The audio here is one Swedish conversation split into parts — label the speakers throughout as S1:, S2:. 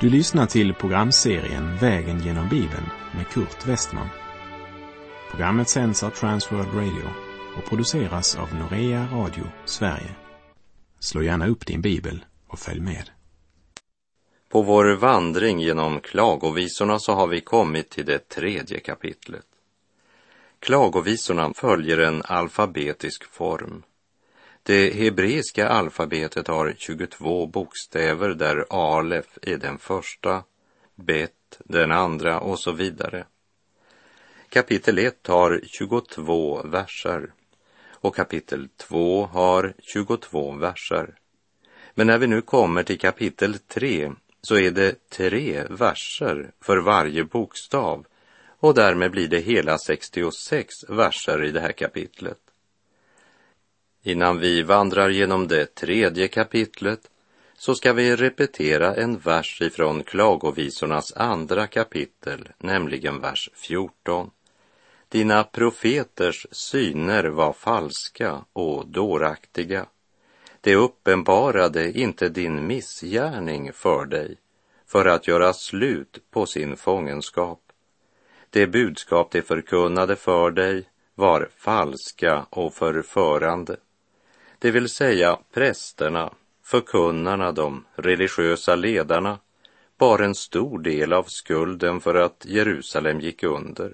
S1: Du lyssnar till programserien Vägen genom Bibeln med Kurt Westman. Programmet sänds av Transworld Radio och produceras av Norea Radio Sverige. Slå gärna upp din bibel och följ med.
S2: På vår vandring genom klagovisorna så har vi kommit till det 3:e kapitlet. Klagovisorna följer en alfabetisk form. Det hebreiska alfabetet har 22 bokstäver där alef är den första, bet den andra och så vidare. Kapitel 1 har 22 verser och kapitel 2 har 22 verser. Men när vi nu kommer till kapitel 3 så är det 3 verser för varje bokstav och därmed blir det hela 66 verser i det här kapitlet. Innan vi vandrar genom det 3:e kapitlet så ska vi repetera en vers ifrån klagovisornas 2:a kapitel, nämligen vers 14. Dina profeters syner var falska och dåraktiga. Det uppenbarade inte din missgärning för dig, för att göra slut på sin fångenskap. Det budskap de förkunnade för dig var falska och förförande. Det vill säga prästerna, förkunnarna, de religiösa ledarna, bar en stor del av skulden för att Jerusalem gick under.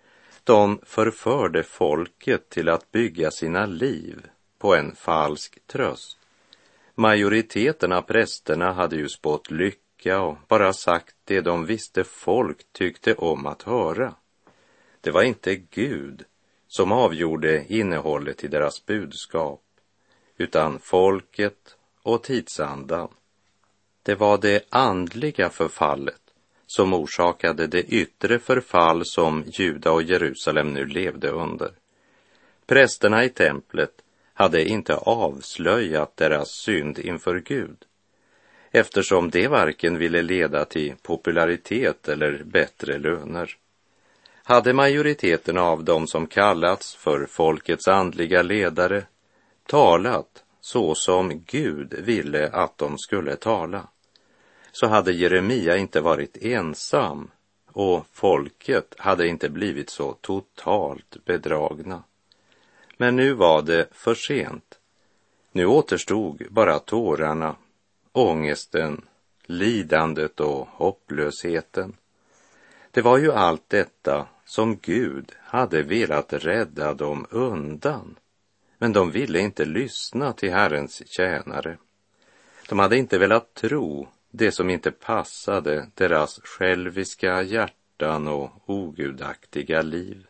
S2: De förförde folket till att bygga sina liv på en falsk tröst. Majoriteten av prästerna hade ju spått lycka och bara sagt det de visste folk tyckte om att höra. Det var inte Gud som avgjorde innehållet i deras budskap, utan folket och tidsandan. Det var det andliga förfallet som orsakade det yttre förfall som Juda och Jerusalem nu levde under. Prästerna i templet hade inte avslöjat deras synd inför Gud, eftersom det varken ville leda till popularitet eller bättre löner. Hade majoriteten av dem som kallats för folkets andliga ledare talat så som Gud ville att de skulle tala, så hade Jeremia inte varit ensam och folket hade inte blivit så totalt bedragna. Men nu var det för sent. Nu återstod bara tårarna, ångesten, lidandet och hopplösheten. Det var ju allt detta som Gud hade velat rädda dem undan. Men de ville inte lyssna till Herrens tjänare. De hade inte velat tro det som inte passade deras själviska hjärtan och ogudaktiga liv.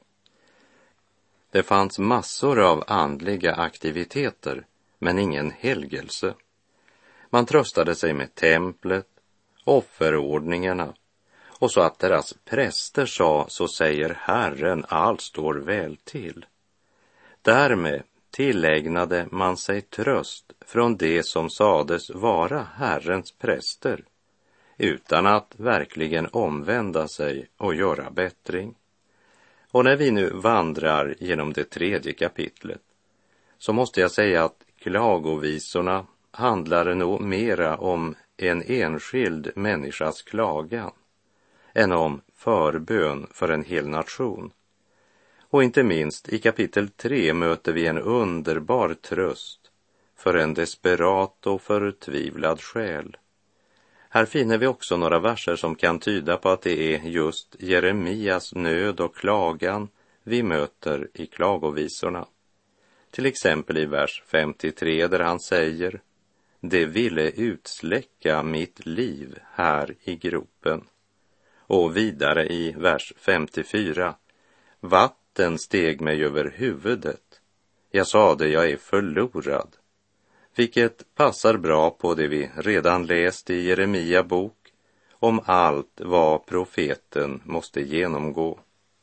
S2: Det fanns massor av andliga aktiviteter, men ingen helgelse. Man tröstade sig med templet, offerordningarna, och så att deras präster sa, så säger Herren, allt står väl till. Därmed tillägnade man sig tröst från det som sades vara Herrens präster, utan att verkligen omvända sig och göra bättring. Och när vi nu vandrar genom det 3:e kapitlet så måste jag säga att klagovisorna handlar nog mera om en enskild människas klagan än om förbön för en hel nation. Och inte minst i kapitel 3 möter vi en underbar tröst för en desperat och förtvivlad själ. Här finner vi också några verser som kan tyda på att det är just Jeremias nöd och klagan vi möter i klagovisorna. Till exempel i vers 53 där han säger: det ville utsläcka mitt liv här i gropen. Och vidare i vers 54: vatten steg mig över huvudet. Jag sade, jag är förlorad. Vilket passar bra på det vi redan läst i Jeremia bok om allt vad profeten måste genomgå.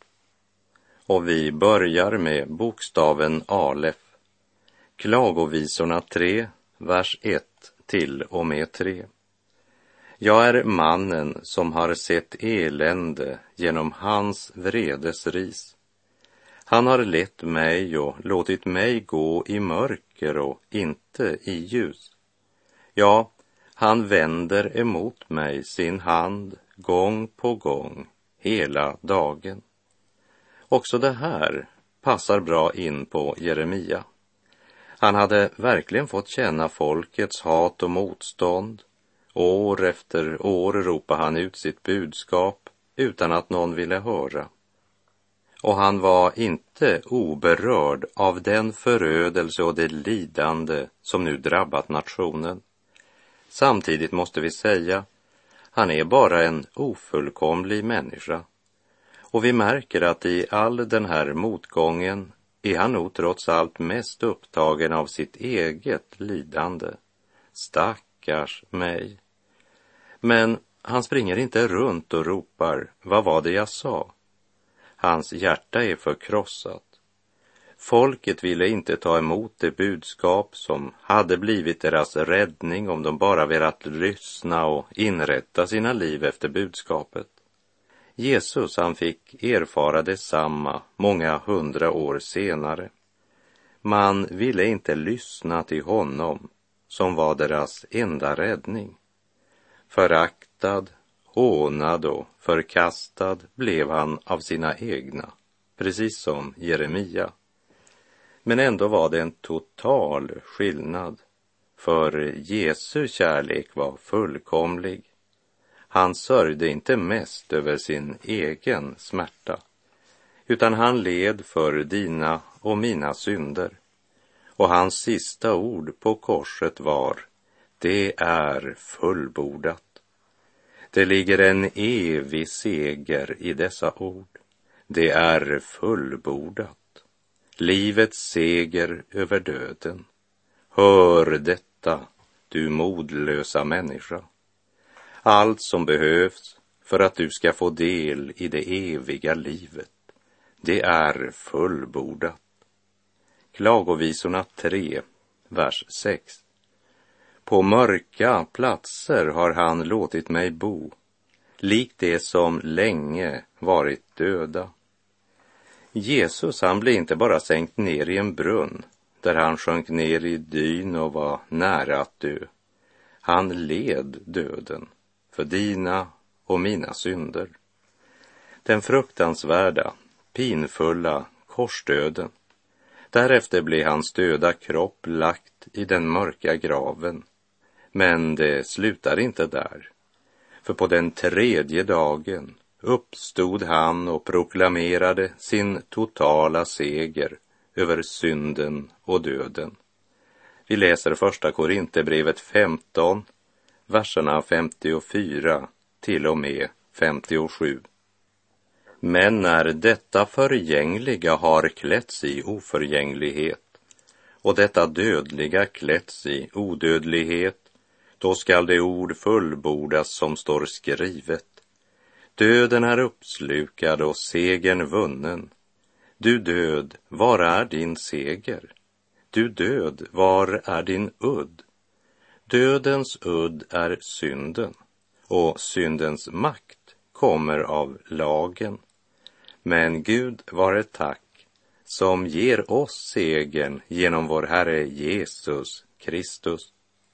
S2: Och vi börjar med bokstaven alef. Klagovisorna 3, vers 1 till och med 3. Jag är mannen som har sett elände genom hans vredesris. Han har lett mig och låtit mig gå i mörker och inte i ljus. Ja, Han vänder emot mig sin hand gång på gång hela dagen. Också det här passar bra in på Jeremia. Han hade verkligen fått känna folkets hat och motstånd. År efter år ropade han ut sitt budskap utan att någon ville höra. Och han var inte oberörd av den förödelse och det lidande som nu drabbat nationen. Samtidigt måste vi säga, han är bara en ofullkomlig människa. Och vi märker att i all den här motgången är han nog trots allt mest upptagen av sitt eget lidande. Stackars mig. Men han springer inte runt och ropar, vad var det jag sa? Hans hjärta är förkrossat. Folket ville inte ta emot det budskap som hade blivit deras räddning om de bara velat lyssna och inrätta sina liv efter budskapet. Jesus, han fick erfara detsamma många 100 år senare. Man ville inte lyssna till honom som var deras enda räddning. Föraktad, hånad och förkastad blev han av sina egna, precis som Jeremia. Men ändå var det en total skillnad, för Jesu kärlek var fullkomlig. Han sörjde inte mest över sin egen smärta, utan han led för dina och mina synder. Och hans sista ord på korset var, det är fullbordat. Det ligger en evig seger i dessa ord. Det är fullbordat. Livets seger över döden. Hör detta, du modlösa människa. Allt som behövs för att du ska få del i det eviga livet, det är fullbordat. Klagovisorna 3, vers 6. På mörka platser har han låtit mig bo, likt det som länge varit döda. Jesus, han blev inte bara sänkt ner i en brunn, där han sjönk ner i dyn och var nära att dö. Han led döden för dina och mina synder. Den fruktansvärda, pinfulla korsdöden. Därefter blev hans döda kropp lagt i den mörka graven. Men det slutar inte där. För på den 3:e dagen uppstod han och proklamerade sin totala seger över synden och döden. Vi läser första Korinthierbrevet 15, verserna 54 till och med 57. Men när detta förgängliga har klätts i oförgänglighet och detta dödliga klätts i odödlighet, då skall det ord fullbordas som står skrivet. Döden är uppslukad och segern vunnen. Du död, var är din seger? Du död, var är din udd? Dödens udd är synden, och syndens makt kommer av lagen. Men Gud vare tack, som ger oss segern genom vår Herre Jesus Kristus.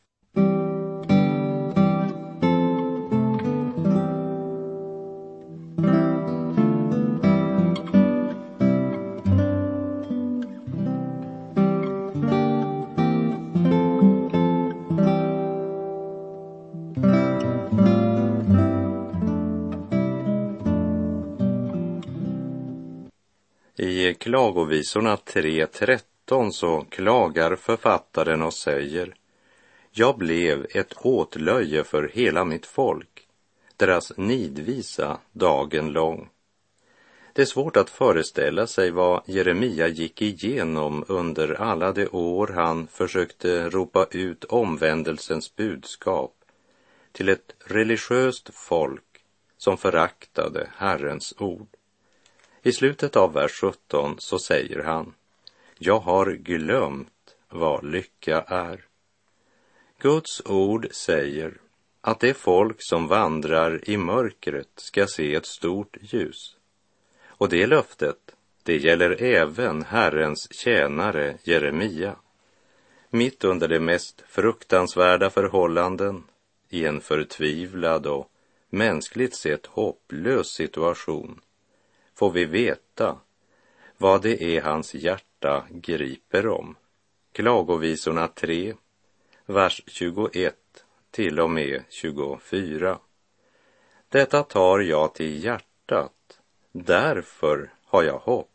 S2: I klagovisorna 3:13 så klagar författaren och säger: Jag blev ett åtlöje för hela mitt folk, deras nidvisa dagen lång. Det är svårt att föreställa sig vad Jeremia gick igenom under alla de år han försökte ropa ut omvändelsens budskap till ett religiöst folk som föraktade Herrens ord. I slutet av vers 17 så säger han: Jag har glömt vad lycka är. Guds ord säger att det folk som vandrar i mörkret ska se ett stort ljus. Och det löftet, det gäller även Herrens tjänare Jeremia. Mitt under de mest fruktansvärda förhållanden, i en förtvivlad och mänskligt sett hopplös situation får vi veta vad det är hans hjärta griper om. Klagovisorna 3, vers 21 till och med 24. Detta tar jag till hjärtat, därför har jag hopp.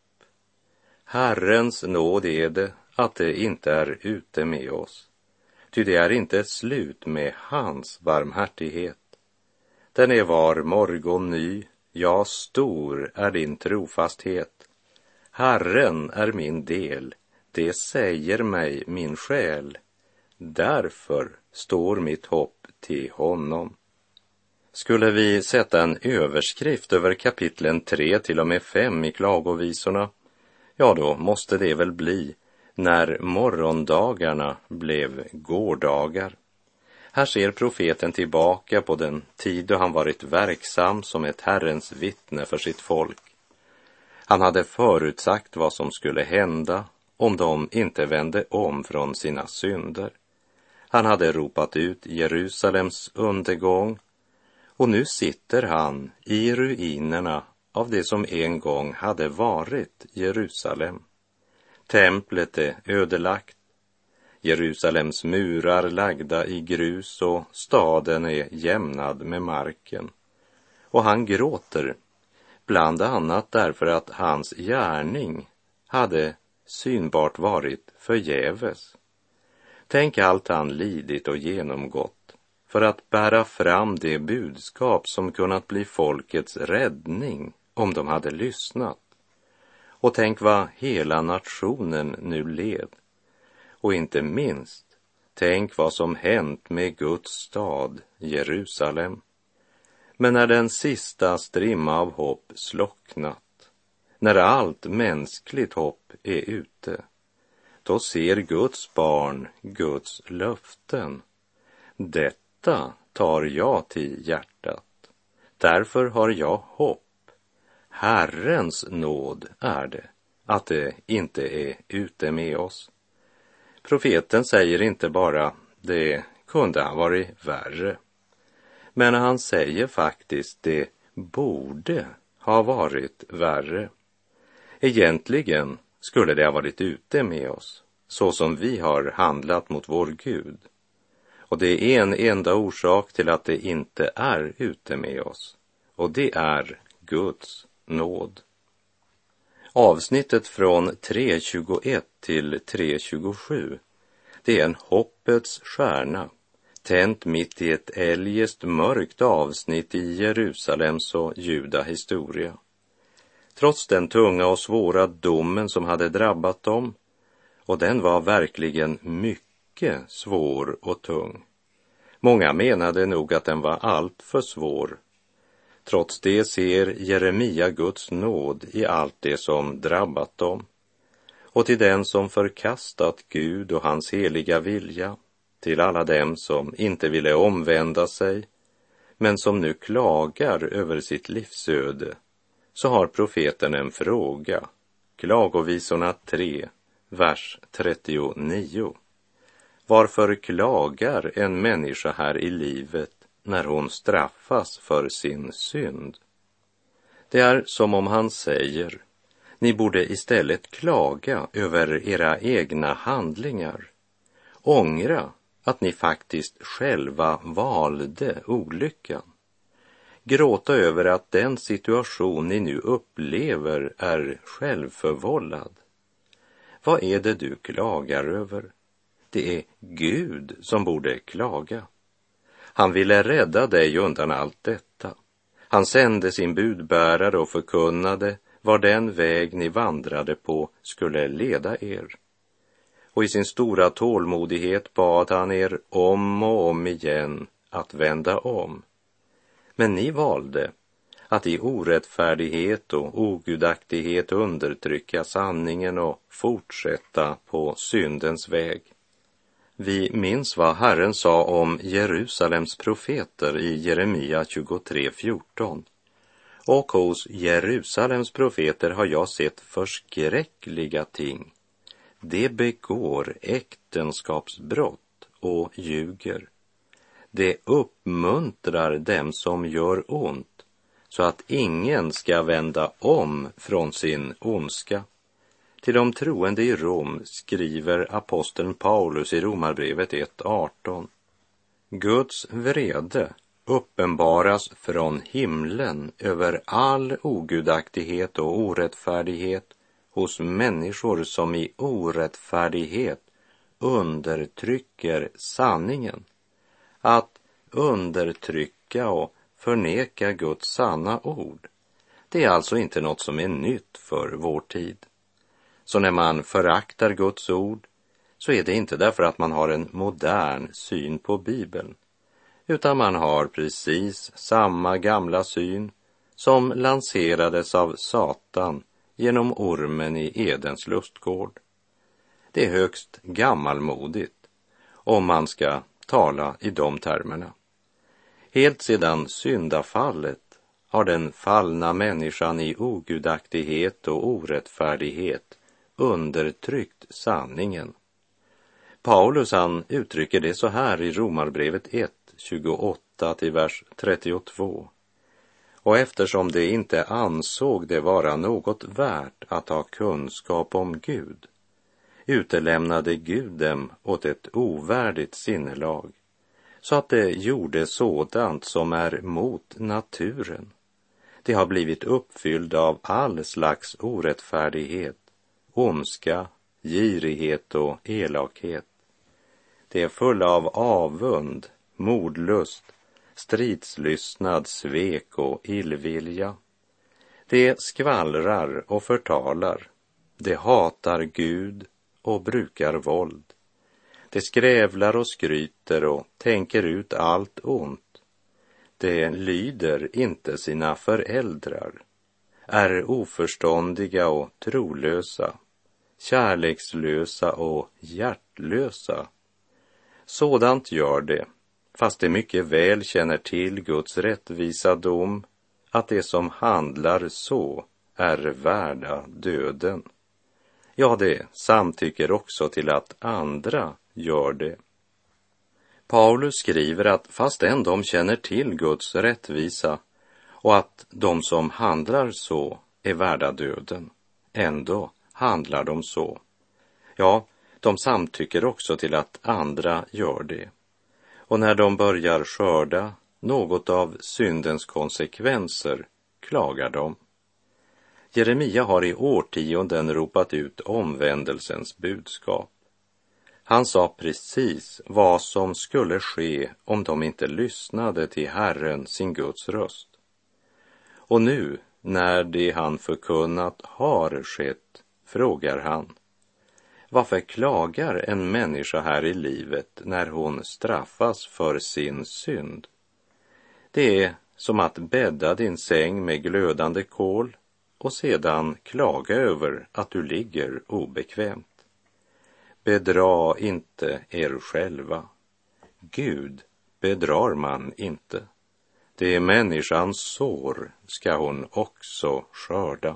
S2: Herrens nåd är det att det inte är ute med oss, ty det är inte slut med hans barmhärtighet. Den är var morgon ny, ja, stor är din trofasthet. Herren är min del, det säger mig min själ. Därför står mitt hopp till honom. Skulle vi sätta en överskrift över kapitlen 3 till och med 5 i klagovisorna, ja, då måste det väl bli när morgondagarna blev gårdagar. Här ser profeten tillbaka på den tid då han varit verksam som ett Herrens vittne för sitt folk. Han hade förutsagt vad som skulle hända om de inte vände om från sina synder. Han hade ropat ut Jerusalems undergång, och nu sitter han i ruinerna av det som en gång hade varit Jerusalem. Templet är ödelagt, Jerusalems murar lagda i grus och staden är jämnad med marken. Och han gråter, bland annat därför att hans gärning hade synbart varit förgäves. Tänk allt han lidit och genomgått för att bära fram det budskap som kunnat bli folkets räddning om de hade lyssnat. Och tänk vad hela nationen nu led. Och inte minst, tänk vad som hänt med Guds stad, Jerusalem. Men när den sista strimma av hopp slocknat, när allt mänskligt hopp är ute, då ser Guds barn Guds löften. Detta tar jag till hjärtat. Därför har jag hopp. Herrens nåd är det, att det inte är ute med oss. Profeten säger inte bara, det kunde ha varit värre. Men han säger faktiskt, det borde ha varit värre. Egentligen skulle det ha varit ute med oss, så som vi har handlat mot vår Gud. Och det är en enda orsak till att det inte är ute med oss, och det är Guds nåd. Avsnittet från 3:21 till 3:27, det är en hoppets stjärna, tänt mitt i ett eljest mörkt avsnitt i Jerusalems och Juda historia. Trots den tunga och svåra domen som hade drabbat dem, och den var verkligen mycket svår och tung. Många menade nog att den var allt för svår. Trots det ser Jeremia Guds nåd i allt det som drabbat dem. Och till den som förkastat Gud och hans heliga vilja, till alla dem som inte ville omvända sig, men som nu klagar över sitt livsöde, så har profeten en fråga. Klagovisorna 3, vers 39. Varför klagar en människa här i livet när hon straffas för sin synd? Det är som om han säger, ni borde istället klaga över era egna handlingar. Ångra att ni faktiskt själva valde olyckan. Gråta över att den situation ni nu upplever är självförvållad. Vad är det du klagar över? Det är Gud som borde klaga. Han ville rädda dig undan allt detta. Han sände sin budbärare och förkunnade var den väg ni vandrade på skulle leda er. Och i sin stora tålmodighet bad han er om och om igen att vända om. Men ni valde att i orättfärdighet och ogudaktighet undertrycka sanningen och fortsätta på syndens väg. Vi minns vad Herren sa om Jerusalems profeter i Jeremia 23:14. Och hos Jerusalems profeter har jag sett förskräckliga ting. De begår äktenskapsbrott och ljuger. Det uppmuntrar dem som gör ont, så att ingen ska vända om från sin ondska. Till de troende i Rom skriver aposteln Paulus i Romarbrevet 1:18. Guds vrede uppenbaras från himlen över all ogudaktighet och orättfärdighet hos människor som i orättfärdighet undertrycker sanningen. Att undertrycka och förneka Guds sanna ord, det är alltså inte något som är nytt för vår tid. Så när man föraktar Guds ord, så är det inte därför att man har en modern syn på Bibeln, utan man har precis samma gamla syn som lanserades av Satan genom ormen i Edens lustgård. Det är högst gammalmodigt om man ska tala i de termerna. Helt sedan syndafallet har den fallna människan i ogudaktighet och orättfärdighet undertryckt sanningen. Paulus han uttrycker det så här i Romarbrevet 1:28 till vers 32. Och eftersom de inte ansåg det vara något värt att ha kunskap om Gud, utelämnade Gud dem åt ett ovärdigt sinnelag, så att det gjorde sådant som är mot naturen. Det har blivit uppfylld av all slags orättfärdighet, ondska, girighet och elakhet. Det är fulla av avund, mordlust, stridslystnad, svek och illvilja. Det skvallrar och förtalar. Det hatar Gud och brukar våld. Det skrävlar och skryter och tänker ut allt ont. Det lyder inte sina föräldrar, är oförståndiga och trolösa, kärlekslösa och hjärtlösa. Sådant gör det, fast det mycket väl känner till Guds rättvisa dom, att det som handlar så är värda döden. Ja, det samtycker också till att andra gör det. Paulus skriver att fastän de känner till Guds rättvisa och att de som handlar så är värda döden, ändå handlar de så. Ja, de samtycker också till att andra gör det. Och när de börjar skörda något av syndens konsekvenser klagar de. Jeremia har i årtionden ropat ut omvändelsens budskap. Han sa precis vad som skulle ske om de inte lyssnade till Herren, sin Guds röst. Och nu, när det han förkunnat har skett, frågar han: varför klagar en människa här i livet när hon straffas för sin synd? Det är som att bädda din säng med glödande kol och sedan klaga över att du ligger obekvämt. Bedra inte er själva. Gud bedrar man inte. Det är människans sår ska hon också skörda.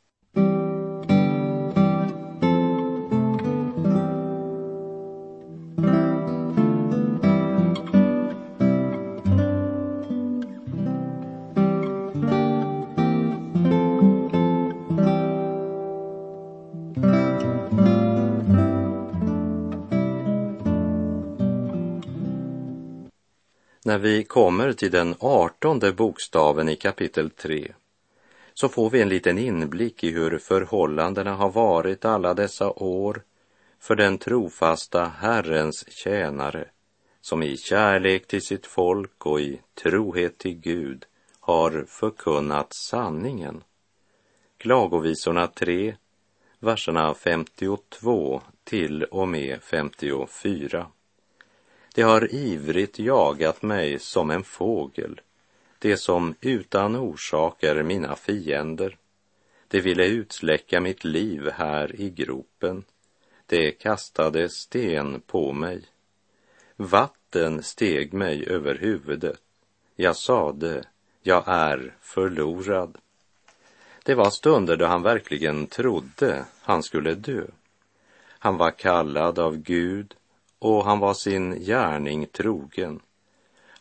S2: När vi kommer till den 18:e bokstaven i kapitel 3 så får vi en liten inblick i hur förhållandena har varit alla dessa år för den trofasta Herrens tjänare som i kärlek till sitt folk och i trohet till Gud har förkunnat sanningen. Klagovisorna 3, verserna 52 till och med 54. Det har ivrigt jagat mig som en fågel, det som utan orsak är mina fiender. Det ville utsläcka mitt liv här i gropen. Det kastade sten på mig. Vatten steg mig över huvudet. Jag sade, jag är förlorad. Det var stunder då han verkligen trodde han skulle dö. Han var kallad av Gud och han var sin gärning trogen.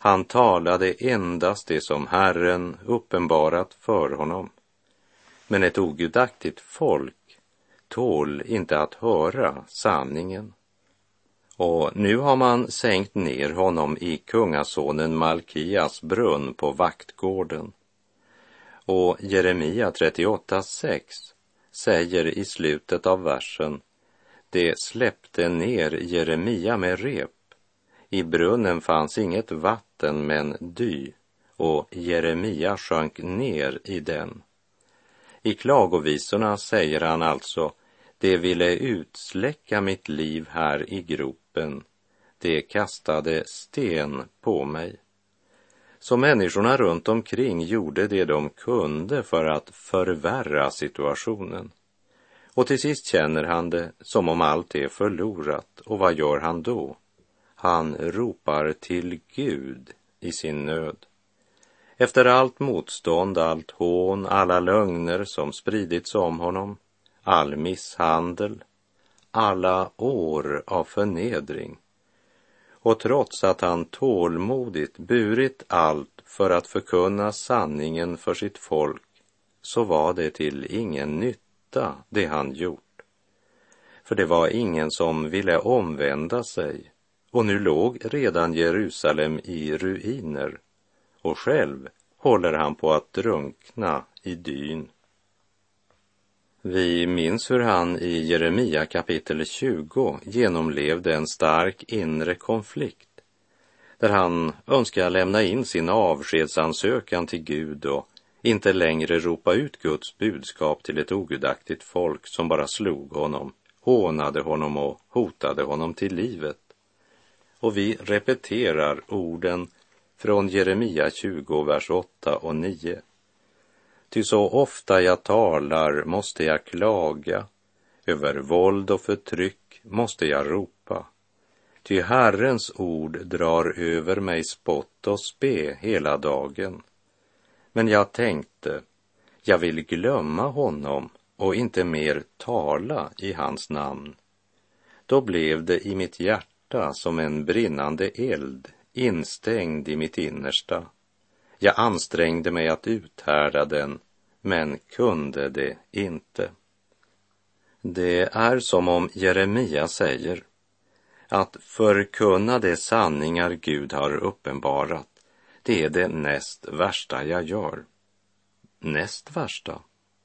S2: Han talade endast det som Herren uppenbarat för honom. Men ett ogudaktigt folk tål inte att höra sanningen. Och nu har man sänkt ner honom i kungasonen Malkias brunn på vaktgården. Och Jeremia 38:6 säger i slutet av versen: det släppte ner Jeremia med rep. I brunnen fanns inget vatten men dy, och Jeremia sjönk ner i den. I klagovisorna säger han alltså: det ville utsläcka mitt liv här i gropen. Det kastade sten på mig. Så människorna runt omkring gjorde det de kunde för att förvärra situationen. Och till sist känner han det som om allt är förlorat. Och vad gör han då? Han ropar till Gud i sin nöd. Efter allt motstånd, allt hån, alla lögner som spridits om honom, all misshandel, alla år av förnedring, och trots att han tålmodigt burit allt för att förkunna sanningen för sitt folk, så var det till ingen nytta det han gjort. För det var ingen som ville omvända sig, och nu låg redan Jerusalem i ruiner, och själv håller han på att drunkna i dyn. Vi minns hur han i Jeremia kapitel 20 genomlevde en stark inre konflikt, där han önskar lämna in sin avskedsansökan till Gud och inte längre ropa ut Guds budskap till ett ogudaktigt folk som bara slog honom, hånade honom och hotade honom till livet. Och vi repeterar orden från Jeremia 20, vers 8 och 9. Ty så ofta jag talar måste jag klaga, över våld och förtryck måste jag ropa. Ty Herrens ord drar över mig spott och spe hela dagen. Men jag tänkte, jag vill glömma honom och inte mer tala i hans namn. Då blev det i mitt hjärta som en brinnande eld, instängd i mitt innersta. Jag ansträngde mig att uthärda den, men kunde det inte. Det är som om Jeremia säger att förkunna de sanningar Gud har uppenbarat, det är det näst värsta jag gör. Näst värsta?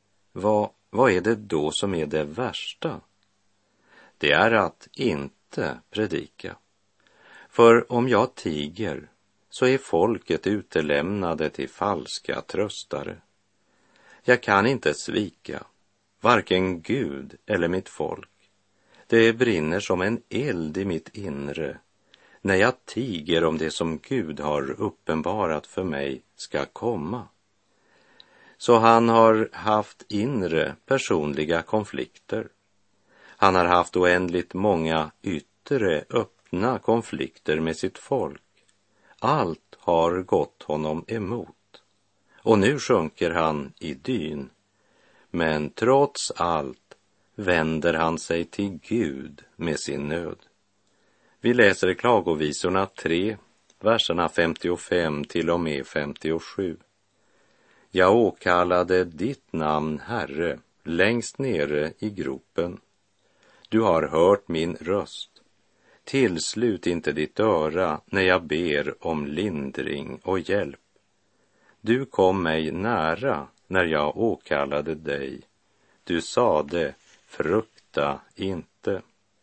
S2: Vad är det då som är det värsta? Det är att inte predika. För om jag tiger så är folket utelämnade till falska tröstare. Jag kan inte svika, varken Gud eller mitt folk. Det brinner som en eld i mitt inre när jag tiger om det som Gud har uppenbarat för mig ska komma. Så han har haft inre personliga konflikter. Han har haft oändligt många yttre öppna konflikter med sitt folk. Allt har gått honom emot. Och nu sjunker han i dyn. Men trots allt vänder han sig till Gud med sin nöd. Vi läser klagovisorna 3, verserna 55 till och med 57. Jag åkallade ditt namn, Herre, längst nere i gropen. Du har hört min röst. Tillslut inte ditt öra när jag ber om lindring och hjälp. Du kom mig nära när jag åkallade dig. Du sade, frukta inte.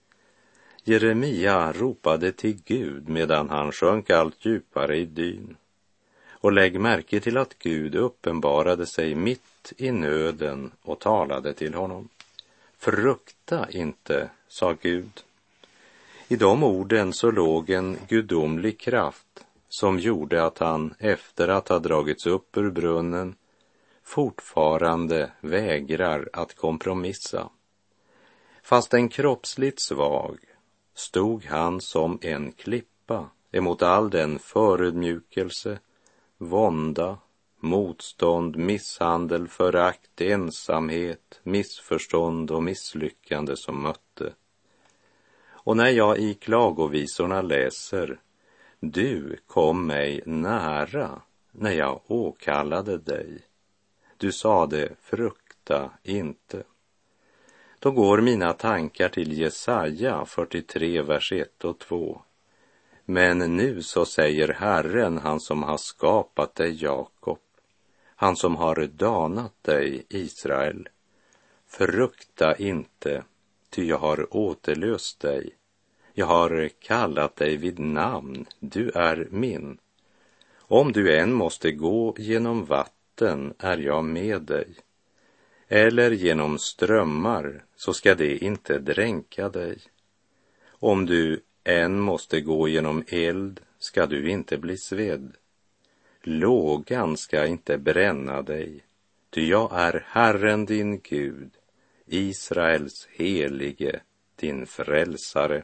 S2: Jeremia ropade till Gud medan han sjönk allt djupare i dyn. Och lägg märke till att Gud uppenbarade sig mitt i nöden och talade till honom. Frukta inte, sa Gud. I de orden så låg en gudomlig kraft som gjorde att han efter att ha dragits upp ur brunnen fortfarande vägrar att kompromissa. Fast en kroppsligt svag stod han som en klippa emot all den förödmjukelse, vånda, motstånd, misshandel, förakt, ensamhet, missförstånd och misslyckande som mötte. Och när jag i klagovisorna läser, Du kom mig nära när jag åkallade dig. Du sade, frukta inte. Då går mina tankar till Jesaja 43, vers 1 och 2. Men nu så säger Herren, han som har skapat dig, Jakob, han som har danat dig, Israel. Frukta inte, ty jag har återlöst dig. Jag har kallat dig vid namn, du är min. Om du än måste gå genom vatten är jag med dig. Eller genom strömmar så ska det inte dränka dig. Om du än måste gå genom eld ska du inte bli svedd. Lågan ska inte bränna dig, ty jag är Herren din Gud, Israels helige, din frälsare.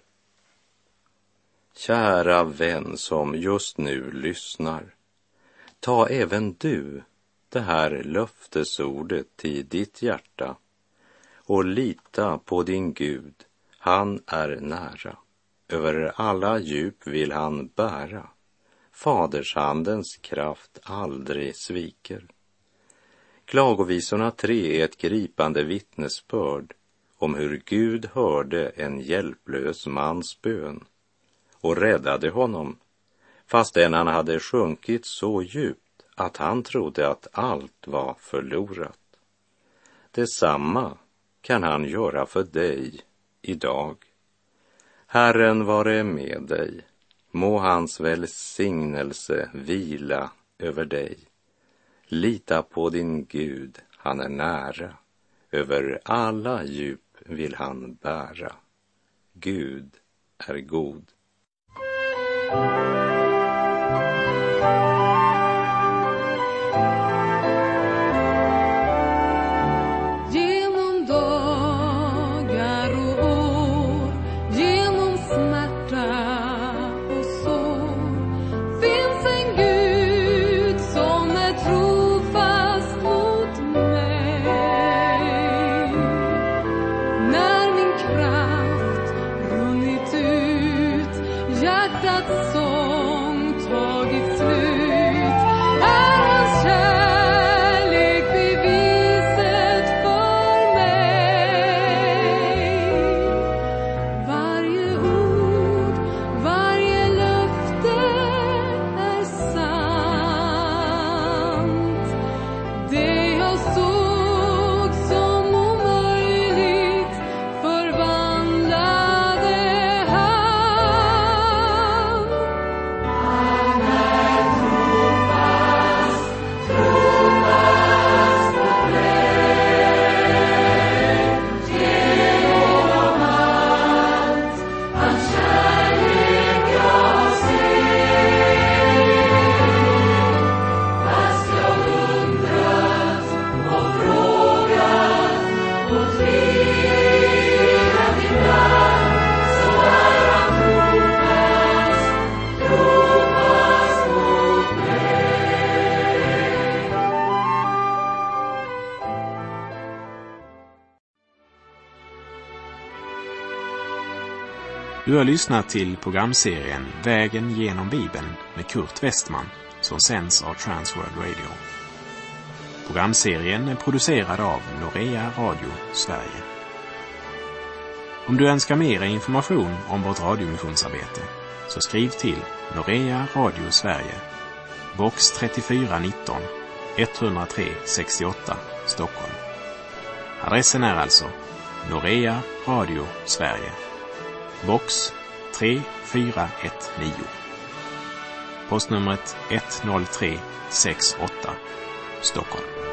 S2: Kära vän som just nu lyssnar, ta även du det här löftesordet till ditt hjärta och lita på din Gud, han är nära. Över alla djup vill han bära. Fadershandens kraft aldrig sviker. Klagovisorna 3 är ett gripande vittnesbörd om hur Gud hörde en hjälplös mans bön och räddade honom, fastän han hade sjunkit så djupt att han trodde att allt var förlorat. Detsamma kan han göra för dig idag. Herren vare med dig, må hans välsignelse vila över dig. Lita på din Gud, han är nära, över alla djup vill han bära. Gud är god.
S1: Du har lyssnat till programserien Vägen genom Bibeln med Kurt Westman som sänds av Transworld Radio. Programserien är producerad av Norea Radio Sverige. Om du önskar mer information om vårt radiomissionsarbete så skriv till Norea Radio Sverige, box 3419 103 68 Stockholm. Adressen är alltså Norea Radio Sverige, box 3419. Postnumret 10368 Stockholm.